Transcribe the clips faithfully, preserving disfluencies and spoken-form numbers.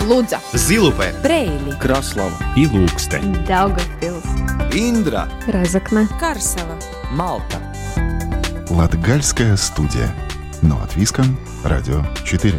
Лудза, Зилупе, Бреили, Краслава и Лукстē, Daugavpils, Индра, Разокне, Карсела, Малта. Латгальская студия. Но от Виском, Радио четыре.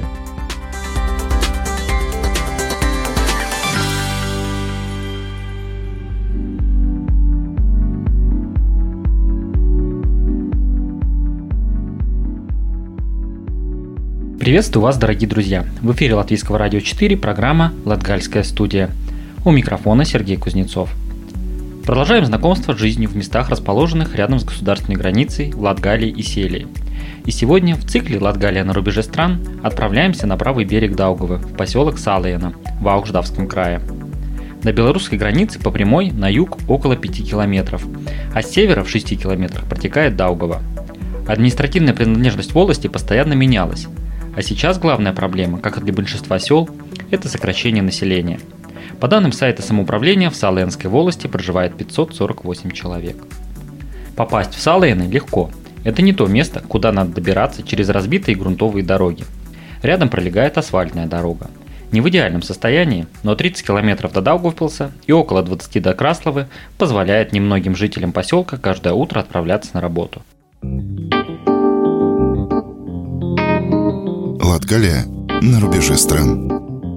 Приветствую вас, дорогие друзья! В эфире Латвийского радио четыре, программа «Латгальская студия». У микрофона Сергей Кузнецов. Продолжаем знакомство с жизнью в местах, расположенных рядом с государственной границей Латгалии и Селии. И сегодня в цикле «Латгалия на рубеже стран» отправляемся на правый берег Даугавы, в поселок Салеена в Аугждавском крае. До белорусской границы по прямой на юг около пяти километров, а с севера в шести километрах протекает Даугава. Административная принадлежность волости постоянно менялась. А сейчас главная проблема, как и для большинства сел, это сокращение населения. По данным сайта самоуправления, в Салеенской волости проживает пятьсот сорок восемь человек. Попасть в Салеены легко. Это не то место, куда надо добираться через разбитые грунтовые дороги. Рядом пролегает асфальтная дорога. Не в идеальном состоянии, но тридцать километров до Даугавпилса и около двадцати до Краславы позволяет немногим жителям поселка каждое утро отправляться на работу. Латгалия на рубеже стран.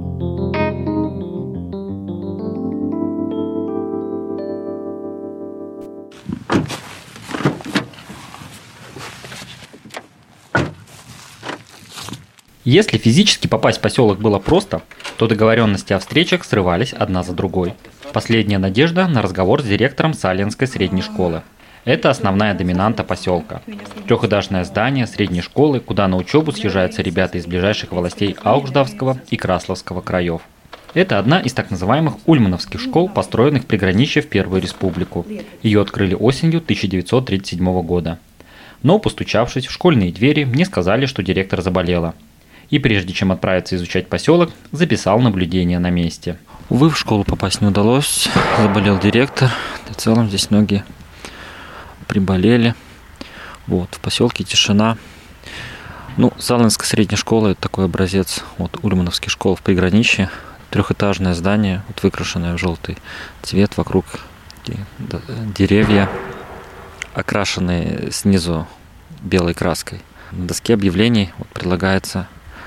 Если физически попасть в поселок было просто, то договоренности о встречах срывались одна за другой. Последняя надежда на разговор с директором Салеенской средней школы. Это основная доминанта поселка. Трехэтажное здание средней школы, куда на учебу съезжаются ребята из ближайших властей Аугждавского и Краславского краев. Это одна из так называемых ульмановских школ, построенных в приграничье в Первую Республику. Ее открыли осенью тысяча девятьсот тридцать седьмого года. Но, постучавшись в школьные двери, мне сказали, что директор заболела. И прежде чем отправиться изучать поселок, записал наблюдение на месте. Увы, в школу попасть не удалось. Заболел директор. В целом здесь многие приболели. Вот, в поселке тишина. Ну, Салеенская средняя школа — это такой образец вот ульмановских школ в приграничье. Трехэтажное здание, вот, выкрашенное в желтый цвет, вокруг деревья, окрашенные снизу белой краской. На доске объявлений вот, предлагается,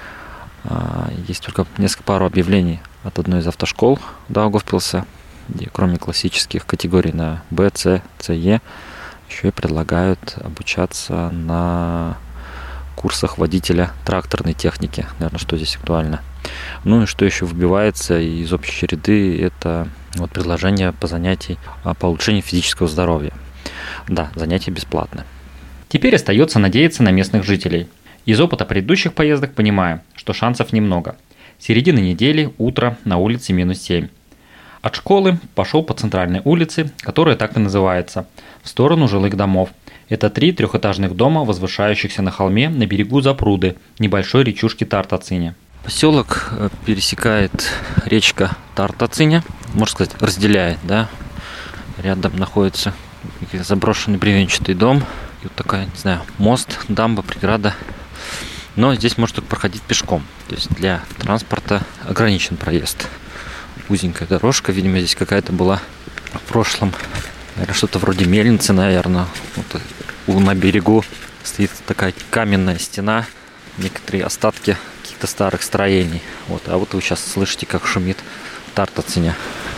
есть только несколько пару объявлений от одной из автошкол Даугавпилса, где кроме классических категорий на Б, С, С, Е, еще и предлагают обучаться на курсах водителя тракторной техники. Наверное, что здесь актуально. Ну и что еще выбивается из общей череды, это вот предложение по занятий по улучшению физического здоровья. Да, занятия бесплатны. Теперь остается надеяться на местных жителей. Из опыта предыдущих поездок понимаю, что шансов немного. Середина недели, утро, на улице минус семь. От школы пошел по центральной улице, которая так и называется, в сторону жилых домов. Это три трехэтажных дома, возвышающихся на холме на берегу запруды небольшой речушки Тартациня. Поселок пересекает речка Тартациня, можно сказать, разделяет, да. Рядом находится заброшенный бревенчатый дом, и вот такая, не знаю, мост, дамба, преграда. Но здесь можно только проходить пешком, то есть для транспорта ограничен проезд. Узенькая дорожка, видимо, здесь какая-то была в прошлом, наверное, что-то вроде мельницы, наверное. Вот на берегу стоит такая каменная стена, некоторые остатки каких-то старых строений. Вот, а вот вы сейчас слышите, как шумит Тартациня.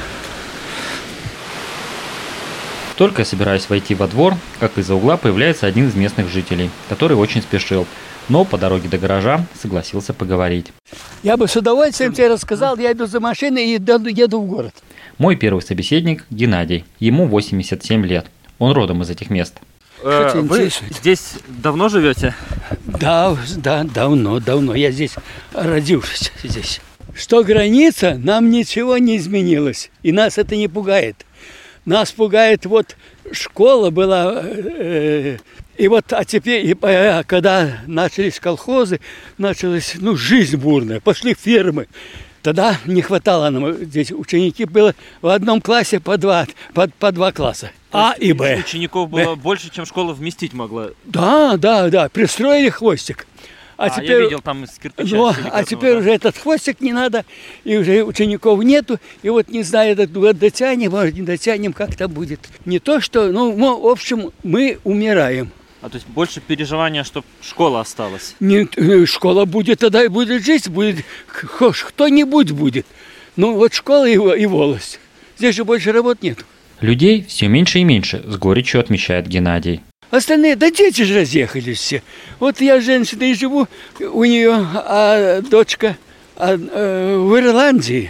Только я собираюсь войти во двор, как из-за угла появляется один из местных жителей, который очень спешил, но по дороге до гаража согласился поговорить. Я бы с удовольствием тебе рассказал, я иду за машиной и еду в город. Мой первый собеседник – Геннадий, ему восемьдесят семь лет, он родом из этих мест. Э, вы здесь давно живете? Да, да, давно, давно, я здесь родившись здесь. Что граница, нам ничего не изменилось, и нас это не пугает. Нас пугает, вот школа была, э, и вот, а теперь, и, э, когда начались колхозы, началась, ну, жизнь бурная, пошли фермы. Тогда не хватало нам, здесь ученики было в одном классе по два, по, по два класса, А и Б. Учеников было Б. больше, чем школа вместить могла. Да, да, да, пристроили хвостик. А, а теперь, я видел там из кирпича. ну, а теперь да? уже этот хвостик не надо, и уже учеников нету, и вот не знаю, вот дотянем, может не дотянем, как там будет. Не то, что, ну, мы, в общем, мы умираем. А то есть больше переживания, чтобы школа осталась? Нет, школа будет, тогда и будет жизнь, будет, кто-нибудь будет. Ну, вот школа и, и волость. Здесь же больше работ нет. Людей все меньше и меньше, с горечью отмечает Геннадий. Остальные, да дети же разъехались все. Вот я с женщиной живу, у нее а, дочка а, а, в Ирландии.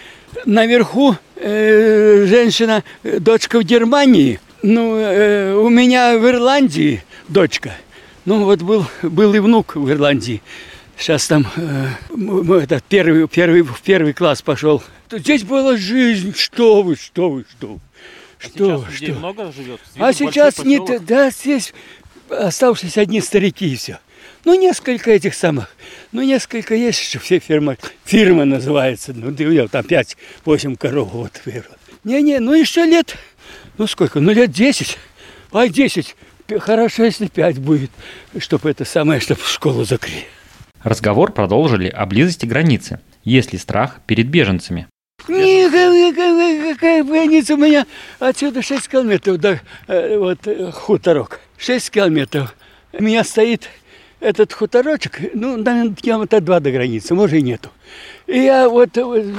Наверху э, женщина, дочка в Германии. Ну, э, у меня в Ирландии дочка. Ну, вот был, был и внук в Ирландии. Сейчас там э, этот, первый, первый, в первый класс пошел. Здесь была жизнь, что вы, что вы, что вы. А что, сейчас людей что? много живет? А сейчас нет, да, здесь оставшиеся одни старики и все. Ну, несколько этих самых, ну, несколько есть, что все фирмы, фирма называется, ну, там пять-восемь коров, вот, фирма. Не-не, ну, еще лет, ну, сколько, ну, лет десять, а десять, хорошо, если пять будет, чтобы это самое, чтобы школу закрыли. Разговор продолжили о близости границы. Есть ли страх перед беженцами? Никакая, какая граница у меня. Отсюда шесть километров до вот, хуторок. шесть километров. У меня стоит этот хуторочек, ну, наверное, километра два до границы, может и нету. И я вот,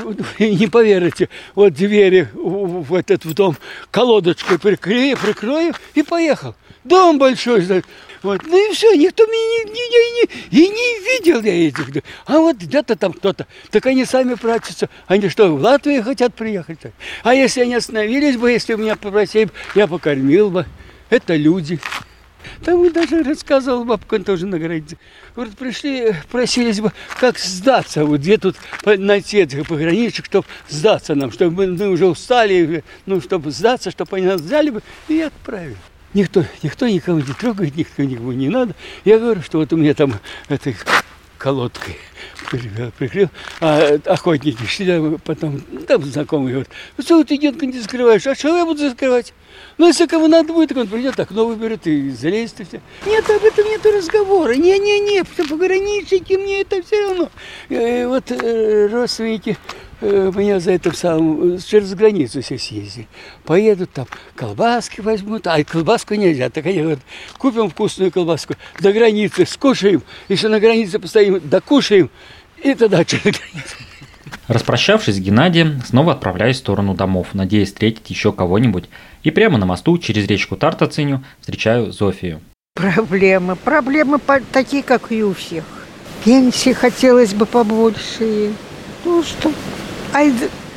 не поверите, вот двери в, в этот в дом колодочкой прикрою, прикрою и поехал. Дом большой, вот, ну и все, никто меня не, не, не, и не видел я этих. А вот где-то там кто-то, так они сами прячутся. Они что, в Латвию хотят приехать? А если они остановились бы, если меня попросили, я покормил бы. Это люди. Там и даже рассказывал бабка, он тоже на границе. Говорит, пришли, просились бы, как сдаться, вот где тут найти этих пограничек, чтобы сдаться нам, чтобы мы уже устали, ну, чтобы сдаться, чтобы они нас взяли бы и отправили. Никто, никто никого не трогает, никто никому не надо. Я говорю, что вот у меня там этой колодкой прикрыл, а охотники шли, потом там знакомый говорит, что ты, детка, не закрываешь? А что я буду закрывать? Ну, если кому надо будет, так он придет, окно выберет и залезет, и все. Нет, об этом нету разговора. Не-не-не, пограничники, мне это все равно. И вот э, родственники э, меня за это самым, через границу все съездили. Поедут там, колбаски возьмут, а колбаску нельзя. Так они говорят, купим вкусную колбаску, до границы скушаем, еще на границе постоим, докушаем, и тогда через границу. Распрощавшись с Геннадием, снова отправляюсь в сторону домов, надеясь встретить еще кого-нибудь. И прямо на мосту через речку Тартациню встречаю Зофию. Проблемы. Проблемы такие, как и у всех. Пенсии хотелось бы побольше. Ну что? Ай,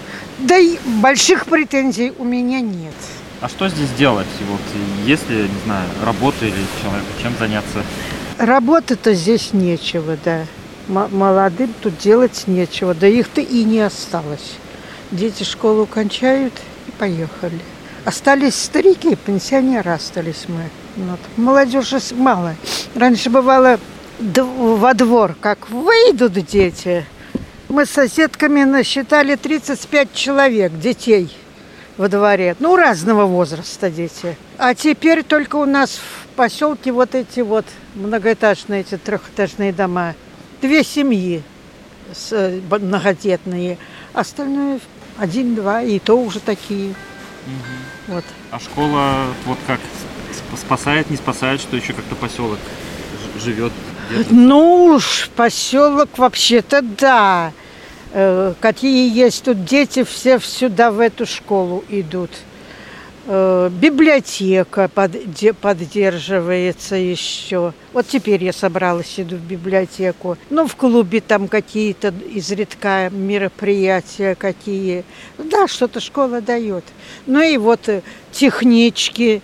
да и больших претензий у меня нет. А что здесь делать? Вот, если, не знаю, работа или человек, чем заняться? Работы-то здесь нечего, да. Молодым тут делать нечего, да их-то и не осталось. Дети школу кончают и поехали. Остались старики, пенсионеры остались мы. Вот. Молодежи мало. Раньше бывало во двор, как выйдут дети. Мы с соседками насчитали тридцать пять человек, детей во дворе. Ну, разного возраста дети. А теперь только у нас в поселке вот эти вот многоэтажные, эти трехэтажные дома. Две семьи многодетные, остальное один-два, и то уже такие. Угу. Вот. А школа вот как спасает, не спасает, что еще как-то поселок живет? Ну уж поселок вообще-то да. Э, какие есть тут дети, все сюда в эту школу идут. Библиотека поддерживается еще. Вот теперь я собралась, иду в библиотеку. Ну, в клубе там какие-то изредка мероприятия какие. Да, что-то школа дает. Ну и вот технички,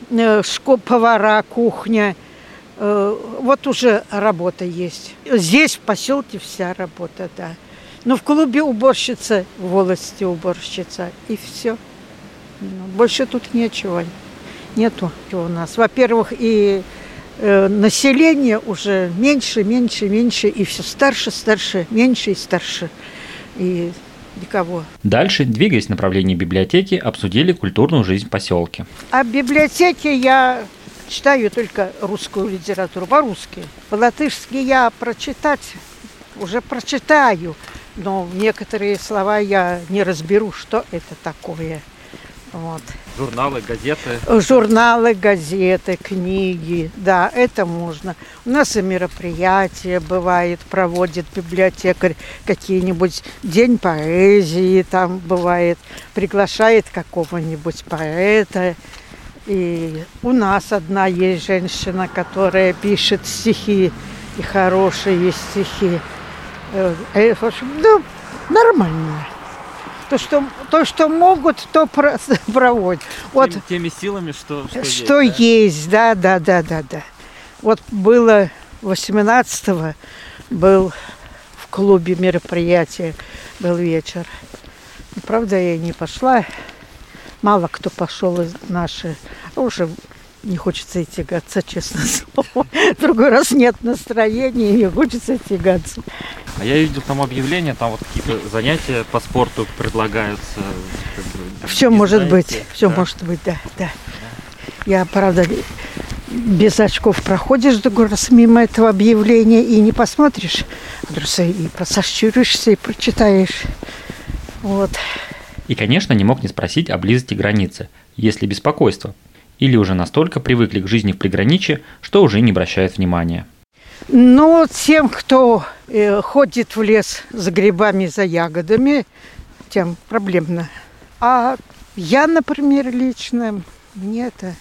повара, кухня. Вот уже работа есть. Здесь в поселке вся работа, да. Ну, в клубе уборщица, в волости уборщица, и все. Больше тут ничего нету у нас. Во-первых, и э, население уже меньше, меньше, меньше, и все старше, старше, меньше и старше. И никого. Дальше, двигаясь в направлении библиотеки, обсудили культурную жизнь в поселке. А в библиотеке я читаю только русскую литературу, по-русски. По-латышски я прочитать уже прочитаю, но некоторые слова я не разберу, что это такое. Вот. Журналы, газеты. Журналы, газеты, книги, да, это можно. У нас и мероприятия бывает, проводит библиотекарь какие-нибудь день поэзии, там бывает, приглашает какого-нибудь поэта. И у нас одна есть женщина, которая пишет стихи, и хорошие стихи. В общем, ну, нормально. То, что, то, что могут, то проводят. Вот, Тем, теми силами, что, что, что есть, есть, да, да, да, да, да. Вот было восемнадцатого, был в клубе мероприятие, был вечер. Правда, я не пошла. Мало кто пошел из наших. Уже не хочется тягаться, честно слово. В другой раз нет настроения, не хочется тягаться. А я видел там объявления, там вот какие-то занятия по спорту предлагаются. Как бы, все может знаете, быть, все да. может быть, да, да. Я, правда, без очков проходишь другой раз мимо этого объявления и не посмотришь, просто и сощуришься и прочитаешь. Вот. И, конечно, не мог не спросить о близости границы, есть ли беспокойство. Или уже настолько привыкли к жизни в приграничье, что уже не обращают внимания. Ну, тем, кто э, ходит в лес за грибами, за ягодами, тем проблемно. А я, например, лично, мне это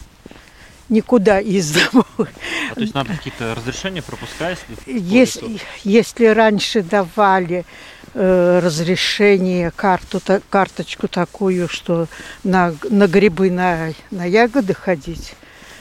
никуда из дома. А то есть надо какие-то разрешения пропускать? Если, если раньше давали э, разрешение, карту, та, карточку такую, что на, на грибы, на, на ягоды ходить,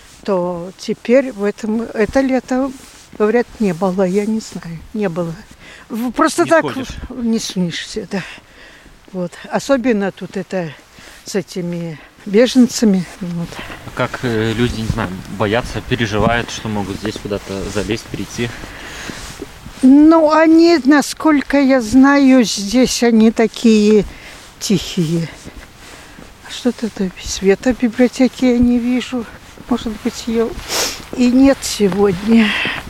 то теперь в этом, это лето, говорят, не было, я не знаю, не было. Просто не так сходишь. Не сунешься, да. Вот. Особенно тут это с этими беженцами. Вот. А как э, люди, не знаю, боятся, переживают, что могут здесь куда-то залезть, перейти? Ну, они, насколько я знаю, здесь они такие тихие. Что-то света в библиотеке я не вижу. Может быть, ее и нет сегодня.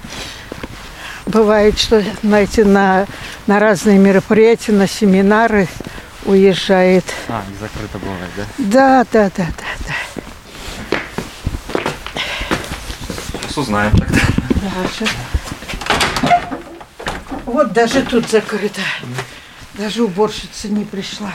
Бывает, что, знаете, на, на разные мероприятия, на семинары уезжает. А, не закрыто бывает, да? Да, да, да, да, да. Сейчас узнаем тогда. Да, вот даже тут закрыто. Даже уборщица не пришла.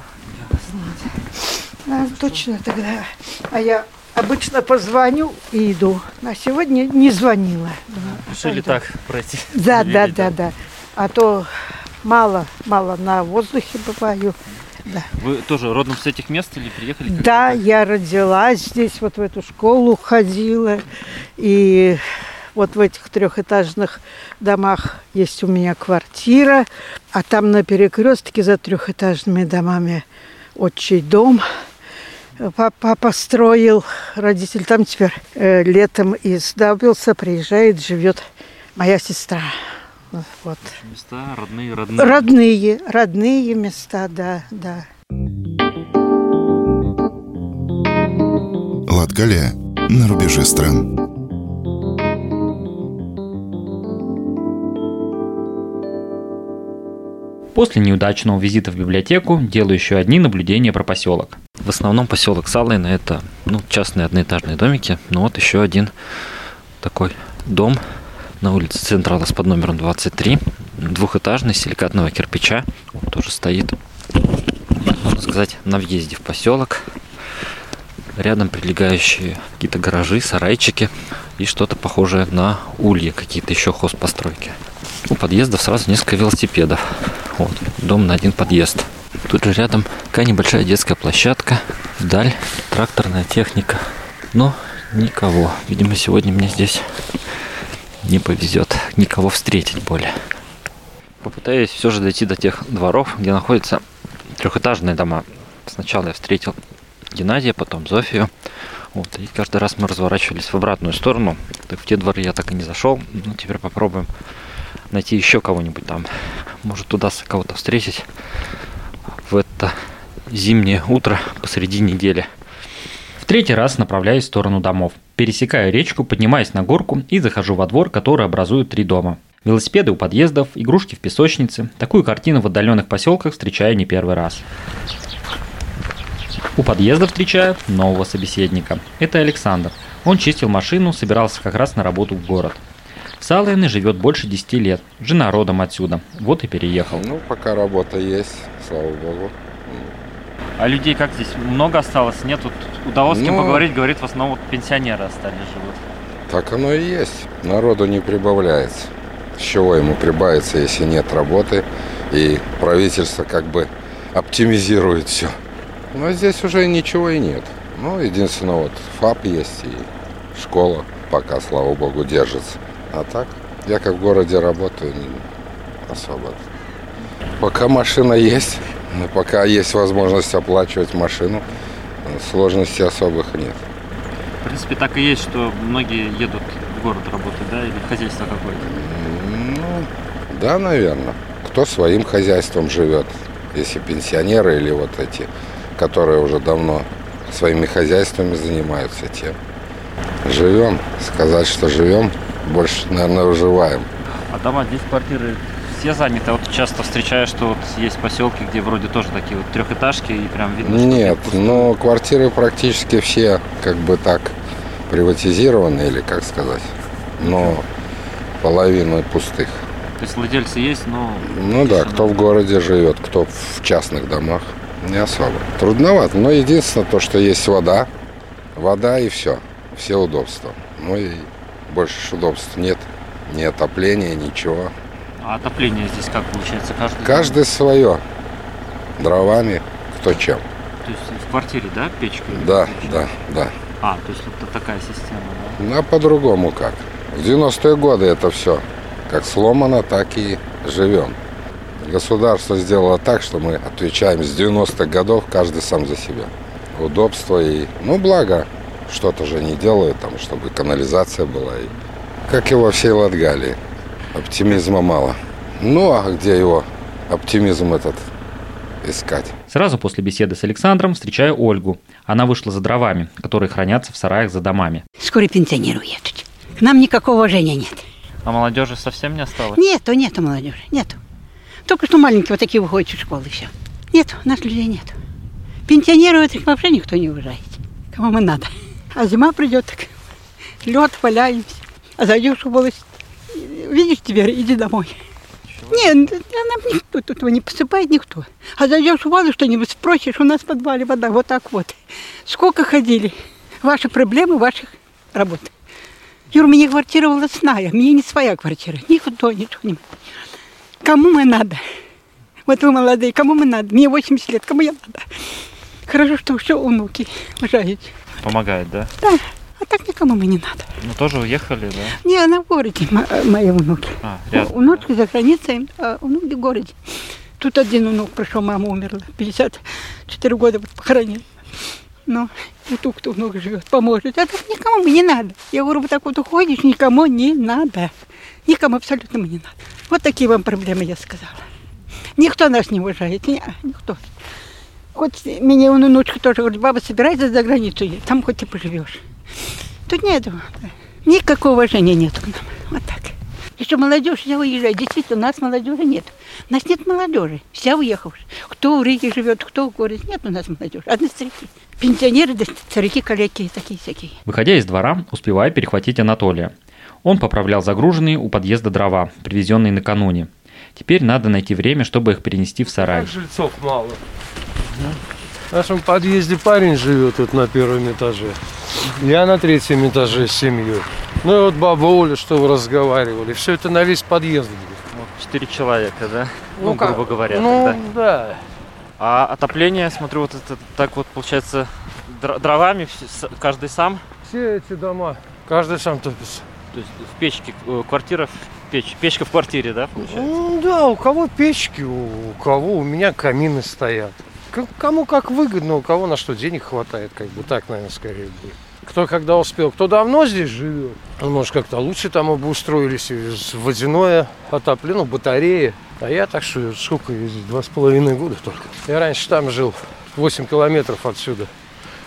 А, точно тогда. А я обычно позвоню и иду. А сегодня не звонила. Решили так пройти. Да, да, да, да. А то мало, мало на воздухе бываю. Да. Вы тоже родом с этих мест или приехали? Да, я родилась здесь, вот в эту школу ходила. И вот в этих трехэтажных домах есть у меня квартира. А там на перекрестке за трехэтажными домами отчий дом. Папа построил, родитель там теперь э, летом издавился, приезжает, живет моя сестра. Вот. Места родные, родные. Родные, родные места, да, да. Латгалия на рубеже стран. После неудачного визита в библиотеку делаю еще одни наблюдения про поселок. В основном поселок Салайна — это ну, частные одноэтажные домики. Но вот еще один такой дом на улице Централас под номером двадцать три. Двухэтажный, силикатного кирпича. Он тоже стоит, можно сказать, на въезде в поселок. Рядом прилегающие какие-то гаражи, сарайчики и что-то похожее на ульи, какие-то еще хозпостройки. У подъездов сразу несколько велосипедов. Вот, дом на один подъезд. Тут же рядом такая небольшая детская площадка. Вдаль тракторная техника. Но никого. Видимо, сегодня мне здесь не повезет никого встретить более. Попытаюсь все же дойти до тех дворов, где находятся трехэтажные дома. Сначала я встретил Геннадия, потом Зофию. Вот, и каждый раз мы разворачивались в обратную сторону. Так в те дворы я так и не зашел. Ну, теперь попробуем найти еще кого-нибудь там. Может, удастся кого-то встретить в это зимнее утро посреди недели. В третий раз направляюсь в сторону домов. Пересекаю речку, поднимаюсь на горку и захожу во двор, который образует три дома. Велосипеды у подъездов, игрушки в песочнице. Такую картину в отдаленных поселках встречаю не первый раз. У подъезда встречаю нового собеседника. Это Александр. Он чистил машину, собирался как раз на работу в город. В Салаяне живет больше десяти лет. Жена родом отсюда. Вот и переехал. Ну, пока работа есть, слава богу. А людей как здесь? Много осталось? Нет? Вот удалось с кем Ну, поговорить, говорит, в основном вот пенсионеры остались живут. Так оно и есть. Народу не прибавляется. С чего ему прибавится, если нет работы, и правительство как бы оптимизирует все. Но здесь уже ничего и нет. Ну, единственное, вот ФАП есть и школа пока, слава богу, держится. А так, я как в городе работаю, не особо. Пока машина есть, но пока есть возможность оплачивать машину, сложностей особых нет. В принципе, так и есть, что многие едут в город работать, да, или хозяйство какое-то. Ну, да, наверное. Кто своим хозяйством живет, если пенсионеры или вот эти, которые уже давно своими хозяйствами занимаются, те. Живем, сказать, что живем, больше, наверное, выживаем. А дома здесь, квартиры, все заняты? Вот часто встречаю, что вот есть поселки, где вроде тоже такие вот трехэтажки, и прям видно, что Нет, пустые. но квартиры практически все как бы так приватизированы, или как сказать, но половина пустых. То есть владельцы есть, но... Ну да, кто в городе живет, кто в частных домах, не особо. Трудновато, но единственное то, что есть вода, вода и все, все удобства. Ну и больше удобств нет, ни отопления, ничего. А отопление здесь как получается? Каждый, Каждый свое, дровами, кто чем. То есть в квартире, да, печка? Да, да, да. А, то есть вот такая система, да? Ну а по-другому как? В девяностые годы это все как сломано, так и живем. Государство сделало так, что мы отвечаем с девяностых годов каждый сам за себя. Удобство и, ну, благо, что-то же не делают, там, чтобы канализация была. И, как и во всей Латгалии. Оптимизма мало. Ну, а где его оптимизм этот искать? Сразу после беседы с Александром встречаю Ольгу. Она вышла за дровами, которые хранятся в сараях за домами. Скоро пенсионеры уедут. К нам никакого уважения нет. А молодежи совсем не осталось? Нету, нету молодежи, нету. Только что маленькие вот такие выходят из школы, все. Нет, у нас людей нет. Пенсионеров этих вообще никто не уважает. Кому мы надо. А зима придет, так лед, валяемся. А зайдешь в волость, видишь тебя, иди домой. Нет, нам никто тут не посыпает, никто. А зайдешь в воду, что-нибудь спросишь, у нас в подвале вода, вот так вот. Сколько ходили? Ваши проблемы, ваших работ. Юр, у меня квартира волосная, мне не своя квартира. Никто, ничего не. Кому мы надо? Вот вы молодые, кому мы надо? Мне восемьдесят лет, кому я надо? Хорошо, что все внуки уважают. Помогает, да? Да, а так никому мы не надо. Ну тоже уехали, да? Не, она в городе, мои внуки. А, рядом. Внучки за границей, а внуки в городе. Тут один внук пришел, мама умерла, пятьдесят четыре года вот похоронили. Ну, и тут кто внук живет, поможет. А так никому не надо. Я говорю, вот так вот уходишь, никому не надо. Никому абсолютно не надо. Вот такие вам проблемы, я сказала. Никто нас не уважает, не, никто. Хоть меня внучка тоже говорит, баба, собирайся за границу, там хоть ты поживешь. Тут нет, никакого уважения нет к нам. Вот так. Еще молодежь вся уезжает. Действительно, у нас молодежи нет. У нас нет молодежи. Вся уехала. Кто в Риге живет, кто в городе. Нет у нас молодежи. Одни старики. Пенсионеры, да старики, коллеги, такие-всякие. Выходя из двора, успеваю перехватить Анатолия. Он поправлял загруженные у подъезда дрова, привезенные накануне. Теперь надо найти время, чтобы их перенести в сарай. Жильцов мало. В нашем подъезде парень живет тут на первом этаже. Я на третьем этаже с семьей. Ну и вот баба Оля, что вы разговаривали. Все это на весь подъезд будет. Вот четыре человека, да? Ну, Ну, грубо как? говоря. Ну, тогда. да. А отопление, смотрю, вот это так вот получается др- дровами все- с- каждый сам. Все эти дома, каждый сам топится. То есть в печке, э, квартира, в печ, печка в квартире, да, получается? Ну, да, у кого печки, у кого у меня камины стоят. К- Кому как выгодно, у кого на что денег хватает, как бы так, наверное, скорее будет. Кто когда успел, кто давно здесь живет, он, может, как-то лучше там обустроились, и водяное отопление, ну, батареи. А я так что, сколько ездить, два с половиной года только. Я раньше там жил, восемь километров отсюда.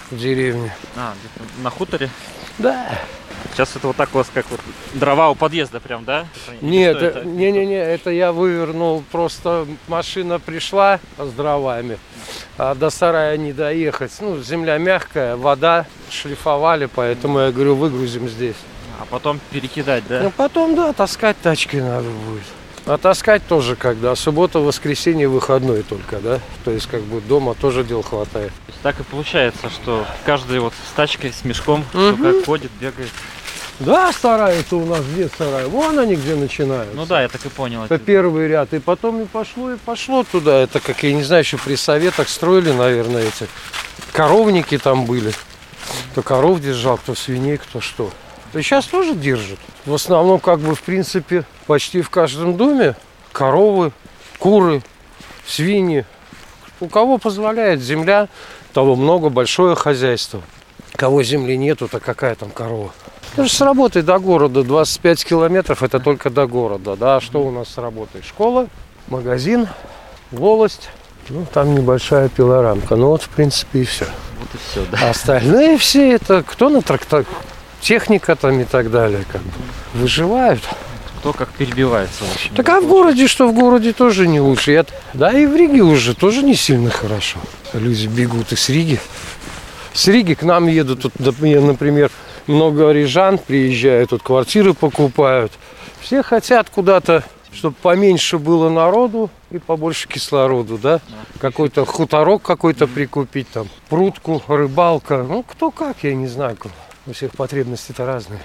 в деревне. А, где-то на хуторе? Да. Сейчас это вот так у вас как вот дрова у подъезда прям, да? Нет, это? не-не-не, это я вывернул, просто машина пришла с дровами, а до сарая не доехать. Ну, земля мягкая, вода, шлифовали, поэтому я говорю, выгрузим здесь. А потом перекидать, да? Ну, потом, да, таскать тачкой надо будет. А таскать тоже когда? Суббота, воскресенье, выходной только, да? То есть, как бы, дома тоже дел хватает. Так и получается, что каждый вот с тачкой, с мешком, Угу. кто как ходит, бегает. Да, сарай-то у нас где сарай? Вон они где начинаются. Ну да, я так и понял. Это первый ряд. И потом и пошло, и пошло туда. Это, как я не знаю, еще при советах строили, наверное, эти коровники там были. Кто коров держал, кто свиней, кто что. И сейчас тоже держат. В основном, как бы, в принципе, почти в каждом доме коровы, куры, свиньи. У кого позволяет земля, того много, большое хозяйство. Кого земли нету, то какая там корова? Даже с работы до города двадцать пять километров, это только до города. Да, что у нас с работой? Школа, магазин, волость. Ну, там небольшая пилорамка. Ну, вот, в принципе, и все. Вот и все, да. А остальные все это, кто на тракторе, техника там и так далее, как бы, выживают. Кто как перебивается, в общем. Так а в городе, что в городе тоже не лучше. Я, да и в Риге уже тоже не сильно хорошо. Люди бегут из Риги. С Риги к нам едут, тут, например, много рижан приезжают, тут квартиры покупают. Все хотят куда-то, чтобы поменьше было народу и побольше кислороду, да? Какой-то хуторок какой-то прикупить, там, прутку, рыбалка. Ну, кто как, я не знаю. У всех потребности-то разные.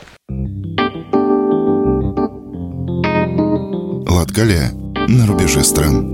Латгалия на рубеже стран.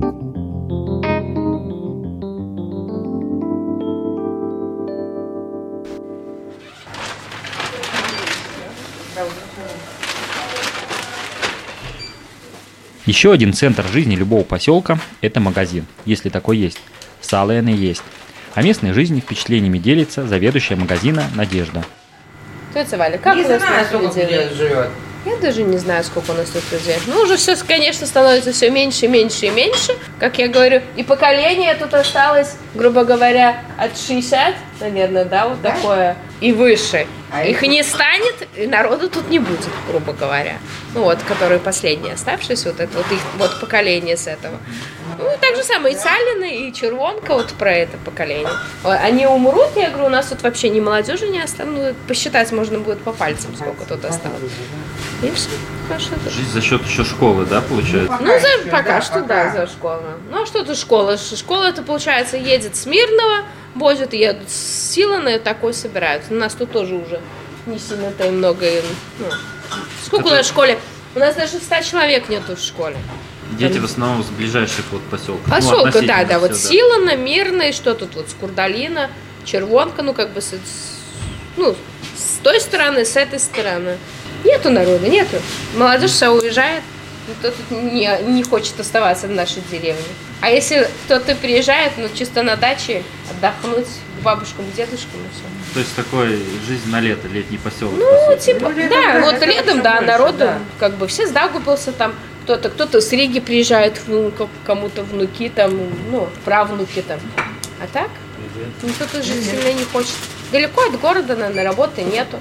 Еще один центр жизни любого поселка – это магазин, если такой есть. Салены есть. О местной жизни впечатлениями делится заведующая магазина Надежда. Тетя Валя, как не у нас знаю, тут сколько людей живет. Я даже не знаю, сколько у нас тут людей. Ну, уже все, конечно, становится все меньше, меньше и меньше. Как я говорю, и поколение тут осталось, грубо говоря, от шестидесяти, наверное, да, вот да? Такое, и выше. А их и не станет, и народу тут не будет, грубо говоря. Ну вот, которые последние оставшиеся, вот это вот их вот поколение с этого. Ну, и так же самое и Салины, и Червонка, вот про это поколение. Они умрут, я говорю, у нас тут вообще ни молодежи не осталось. Ну, посчитать можно будет по пальцам, сколько тут осталось. И все, хорошо. Жизнь за счет еще школы, да, получается? Ну, за, пока что, да, за школу. Ну, а что это школа? Школа, это, получается, едет с Мирного, возят, едут с Силана, и такой собирают. У нас тут тоже уже не сильно-то и много. Ну, сколько это... у нас в школе? У нас даже ста человек нету в школе. Дети в основном с ближайших вот поселков. Поселка, ну, да, да, вот все, Силана, да. Мирный, что тут вот, Скурдалина, Червонка, ну, как бы, с, ну, с той стороны, с этой стороны. Нету народа, нету. Молодежь вся уезжает, никто тут не, не хочет оставаться в нашей деревне. А если кто-то приезжает, ну, чисто на даче, отдохнуть к бабушкам, к дедушкам и все. То есть такой жизнь на лето, летний поселок. Ну, типа, ну, да, да, вот летом, да, больше, народу, да. Как бы, все с Даугавпилса там, кто-то, кто-то с Риги приезжает, ну, кому-то внуки там, ну, правнуки там. А так, никто тут жить сильно не хочет. Далеко от города, наверное, работы нету.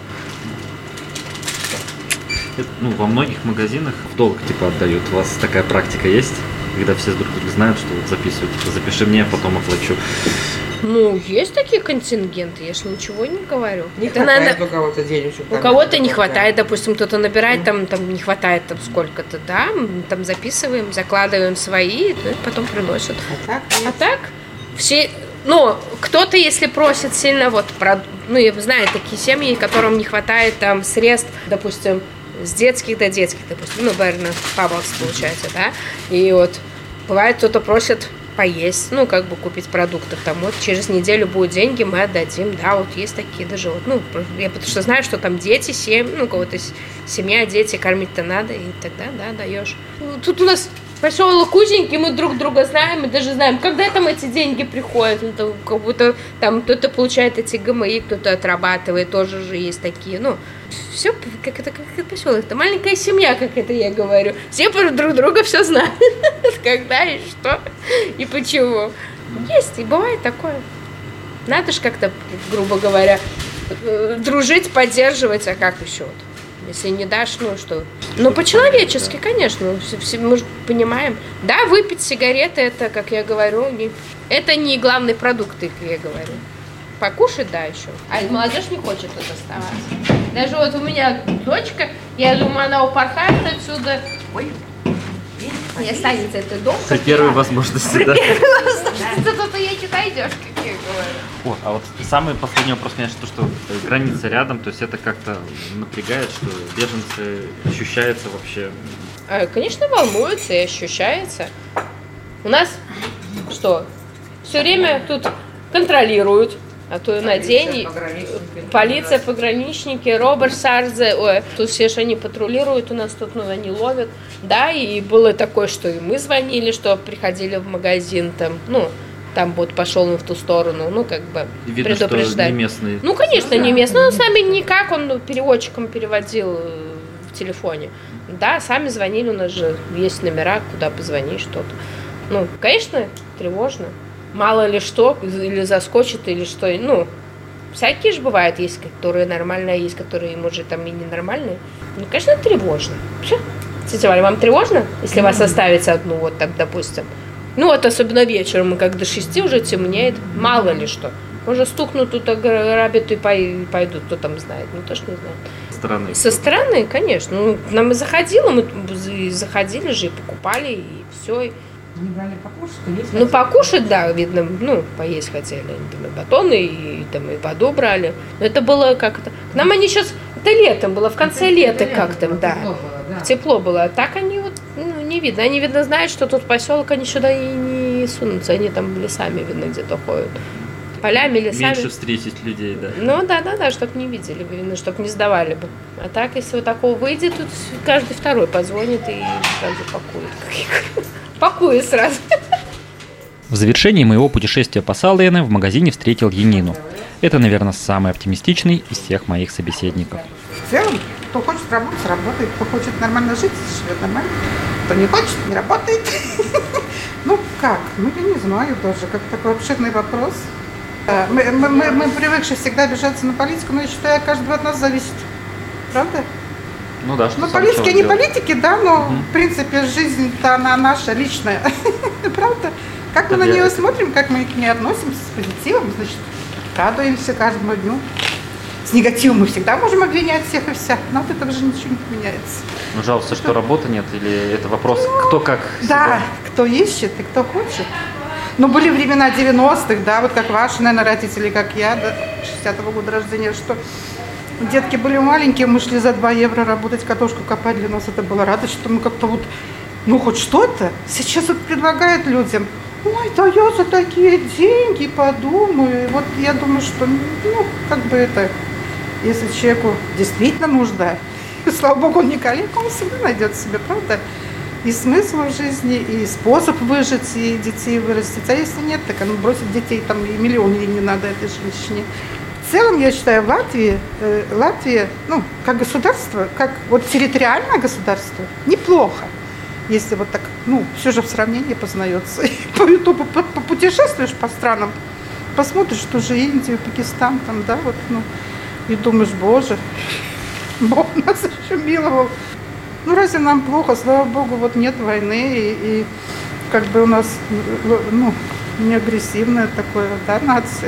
Это, ну, во многих магазинах в долг типа отдают. У вас такая практика есть, когда все друг друга знают, что вот записывают, типа, запиши мне, а потом оплачу. Ну, есть такие контингенты, я ж ничего не говорю. Не это, хватает наверное, у кого-то денежек. У кого-то не хватает, допустим, кто-то набирает, там, там не хватает там сколько-то, да, там записываем, закладываем свои, ну, и потом приносят. А так? А так все, ну, кто-то, если просит сильно, вот, про, ну, я знаю такие семьи, которым не хватает там средств, допустим, с детских до детских, допустим, ну, наверное, Павловск получается, да, и вот бывает, кто-то просит поесть, ну, как бы купить продуктов, там, вот, через неделю будут деньги, мы отдадим, да, вот есть такие даже, вот, ну, я потому что знаю, что там дети, семь, ну, у кого-то семья, дети, кормить-то надо, и тогда, да, даешь. Тут у нас поселок узенький, мы друг друга знаем, мы даже знаем, когда там эти деньги приходят, ну, там, как будто там кто-то получает эти ГМИ, кто-то отрабатывает, тоже же есть такие, ну, все, как это, как это поселок, это маленькая семья, как это я говорю, все друг друга все знают, когда и что, и почему. Есть, и бывает такое. Надо же как-то, грубо говоря, дружить, поддерживать, а как еще? Если не дашь, ну что? Ну, по-человечески, конечно, все, все, мы же понимаем. Да, выпить сигареты, это, как я говорю, не, это не главный продукт, как я говорю. Покушать, да, еще. А молодежь не хочет тут оставаться. Даже вот у меня дочка, я думаю, она упорхает отсюда. Ой, не останется этот дом. При первой возможности, да. При первой возможности, то ей не найдешь, как я говорю. О, а вот самый последний вопрос, конечно, то, что граница рядом, то есть это как-то напрягает, что беженцы ощущаются вообще? Конечно, волнуются и ощущается. У нас что? Все время тут контролируют. А то на день полиция, пограничники, Роберт Сардзе, ой, тут все же они патрулируют у нас, тут ну, они ловят, да, и было такое, что и мы звонили, что приходили в магазин, там, ну, там вот пошел он в ту сторону, ну, как бы видно, предупреждать. Что не местные. Ну, конечно, не местные, но сами никак, он переводчиком переводил в телефоне, да, сами звонили, у нас же есть номера, куда позвонить, что-то. Ну, конечно, тревожно. Мало ли что, или заскочит, или что, ну, всякие же бывают, есть, которые нормальные, есть, которые, может, там и ненормальные. Ну, конечно, тревожно. Все. Тетя Валя, вам тревожно, если вас оставить одну, вот так, допустим? Ну, вот особенно вечером, как до шести уже темнеет, мало ли что. Может, стукнут тут, ограбят и пойдут, кто там знает, ну, тоже не знаю. Со стороны? Со стороны, конечно. Ну, к нам и заходило, мы заходили же и покупали, и все. Не брали покушать, есть Ну, покушать, да, видно, ну, поесть хотели. Они там и батоны, и, там, и воду брали. Но это было как-то... К нам они сейчас... Это летом было, в конце это лета как-то, да. Тепло было, да. Тепло было. А так они вот, ну, не видно. Они, видно, знают, что тут поселок, они сюда и не сунутся. Они там лесами, видно, где-то ходят. Полями, лесами. Меньше встретить людей, да. Ну, да-да-да, чтоб не видели бы, видно, чтоб не сдавали бы. А так, если вот такого выйдет, тут каждый второй позвонит и сразу пакует. Пакую сразу. В завершении моего путешествия по Салене в магазине встретил Янину. Это, наверное, самый оптимистичный из всех моих собеседников. В целом, кто хочет работать, работает. Кто хочет нормально жить, живет нормально. Кто не хочет, не работает. Ну как? Ну я не знаю даже, как такой обширный вопрос. Мы, мы, мы, мы привыкшие всегда обижаться на политику, но я считаю, каждый от нас зависит. Правда? Ну да, что ну, политики, они политики, да, но угу. в принципе жизнь-то она наша, личная. Правда? Как мы на нее смотрим, как мы к ней относимся с позитивом, значит, радуемся каждому дню. С негативом мы всегда можем обвинять всех и вся, но от этого же ничего не поменяется. Ну, жалуются, что работы нет, или это вопрос, ну, кто как Да, себя... кто ищет и кто хочет. Ну, были времена девяностых, да, вот как ваши, наверное, родители, как я, да, шестидесятого года рождения, что... Детки были маленькие, мы шли за два евро работать, картошку копать. Для нас это была радость, что мы как-то вот, ну хоть что-то. Сейчас вот предлагают людям, ой, да я за такие деньги подумаю. И вот я думаю, что, ну, как бы это, если человеку действительно нужда, и, слава богу, он не калека, он всегда найдет себе, правда, и смысл в жизни, и способ выжить, и детей вырастить. А если нет, так он бросит детей, там и миллион ей не надо этой женщине. В целом, я считаю, в Латвии, э, Латвия, ну, как государство, как вот территориальное государство, неплохо. Если вот так, ну, все же в сравнении познается. По Ютубу попутешествуешь по странам, посмотришь тоже Индию, Пакистан, там, да, вот, ну, и думаешь, боже, Бог нас еще миловал. Ну, разве нам плохо? Слава Богу, вот нет войны, и, и как бы у нас, ну, не агрессивная такое, да, нация.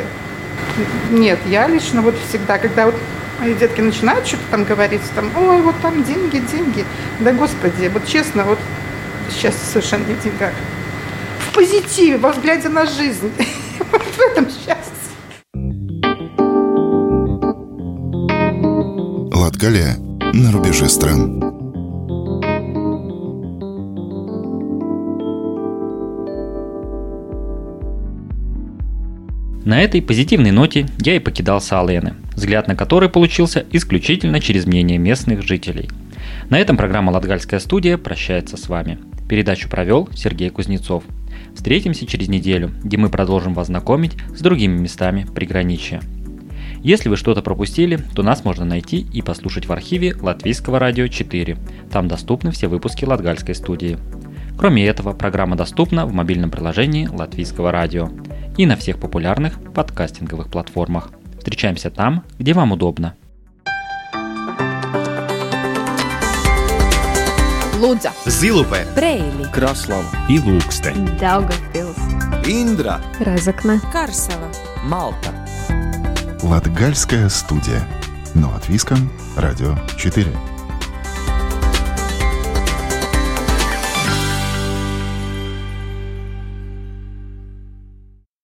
Нет, я лично вот всегда, когда вот мои детки начинают что-то там говорить, там, ой, вот там деньги, деньги. Да, Господи, вот честно, вот счастье совершенно не в деньгах. В позитиве, во взгляде на жизнь. Вот в этом счастье. Латгалия на рубеже стран. На этой позитивной ноте я и покидал Салене, взгляд на который получился исключительно через мнение местных жителей. На этом программа «Латгальская студия» прощается с вами. Передачу провел Сергей Кузнецов. Встретимся через неделю, где мы продолжим вас знакомить с другими местами приграничья. Если вы что-то пропустили, то нас можно найти и послушать в архиве Латвийского радио четыре. Там доступны все выпуски Латгальской студии. Кроме этого, программа доступна в мобильном приложении Латвийского радио. и на всех популярных подкастинговых платформах. Встречаемся там, где вам удобно. Лудза, Зилупе, Брейли, Краслава и Лукстен, Даугавпилс, Индра, Разокна, Карсела, Малта. Латгальская студия. Но от Виска, Радио четыре.